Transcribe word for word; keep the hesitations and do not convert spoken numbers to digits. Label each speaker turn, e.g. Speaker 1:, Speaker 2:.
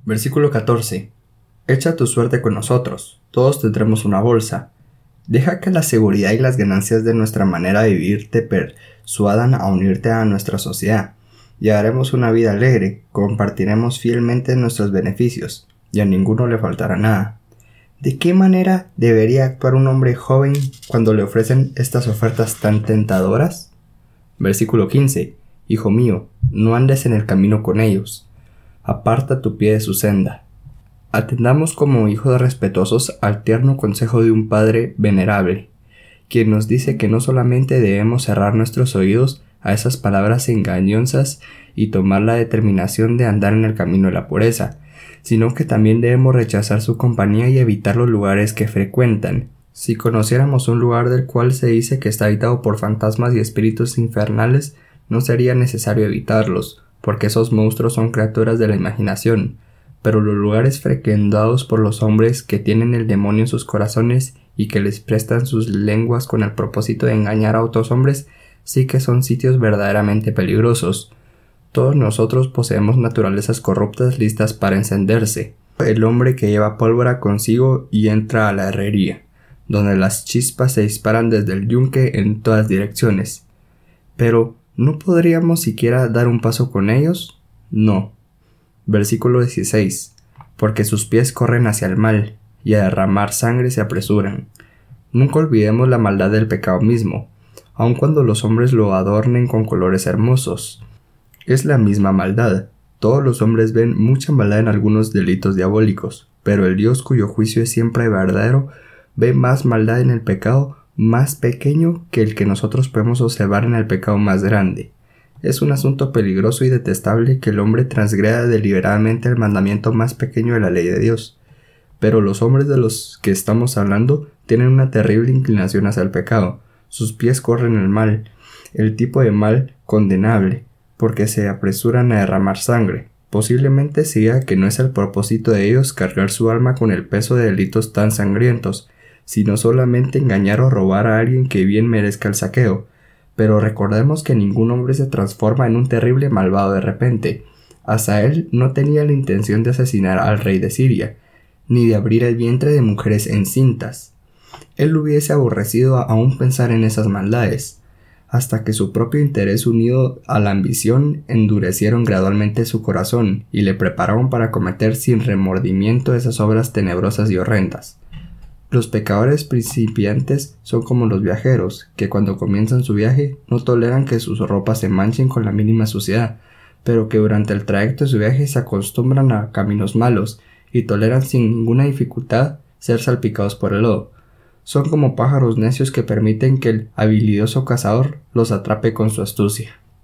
Speaker 1: Versículo catorce. Echa tu suerte con nosotros, todos tendremos una bolsa. Deja que la seguridad y las ganancias de nuestra manera de vivir te persuadan a unirte a nuestra sociedad. Llevaremos una vida alegre, compartiremos fielmente nuestros beneficios, y a ninguno le faltará nada. ¿De qué manera debería actuar un hombre joven cuando le ofrecen estas ofertas tan tentadoras? Versículo quince. Hijo mío, no andes en el camino con ellos. Aparta tu pie de su senda. Atendamos como hijos respetuosos al tierno consejo de un padre venerable, quien nos dice que no solamente debemos cerrar nuestros oídos a esas palabras engañosas y tomar la determinación de andar en el camino de la pureza, sino que también debemos rechazar su compañía y evitar los lugares que frecuentan. Si conociéramos un lugar del cual se dice que está habitado por fantasmas y espíritus infernales, no sería necesario evitarlos, porque esos monstruos son criaturas de la imaginación. Pero los lugares frecuentados por los hombres que tienen el demonio en sus corazones y que les prestan sus lenguas con el propósito de engañar a otros hombres, sí que son sitios verdaderamente peligrosos. Todos nosotros poseemos naturalezas corruptas listas para encenderse. El hombre que lleva pólvora consigo y entra a la herrería, donde las chispas se disparan desde el yunque en todas direcciones. Pero, ¿no podríamos siquiera dar un paso con ellos? No. Versículo dieciséis. Porque sus pies corren hacia el mal, y a derramar sangre se apresuran. Nunca olvidemos la maldad del pecado mismo, aun cuando los hombres lo adornen con colores hermosos. Es la misma maldad. Todos los hombres ven mucha maldad en algunos delitos diabólicos, pero el Dios cuyo juicio es siempre verdadero, ve más maldad en el pecado más pequeño que el que nosotros podemos observar en el pecado más grande. Es un asunto peligroso y detestable que el hombre transgreda deliberadamente el mandamiento más pequeño de la ley de Dios. Pero los hombres de los que estamos hablando tienen una terrible inclinación hacia el pecado. Sus pies corren el mal, el tipo de mal condenable, porque se apresuran a derramar sangre. Posiblemente sea que no es el propósito de ellos cargar su alma con el peso de delitos tan sangrientos, sino solamente engañar o robar a alguien que bien merezca el saqueo. Pero recordemos que ningún hombre se transforma en un terrible malvado de repente. Asael no tenía la intención de asesinar al rey de Siria, ni de abrir el vientre de mujeres encintas. Él hubiese aborrecido aún pensar en esas maldades, hasta que su propio interés unido a la ambición endurecieron gradualmente su corazón y le prepararon para cometer sin remordimiento esas obras tenebrosas y horrendas. Los pecadores principiantes son como los viajeros, que cuando comienzan su viaje no toleran que sus ropas se manchen con la mínima suciedad, pero que durante el trayecto de su viaje se acostumbran a caminos malos y toleran sin ninguna dificultad ser salpicados por el lodo. Son como pájaros necios que permiten que el habilidoso cazador los atrape con su astucia.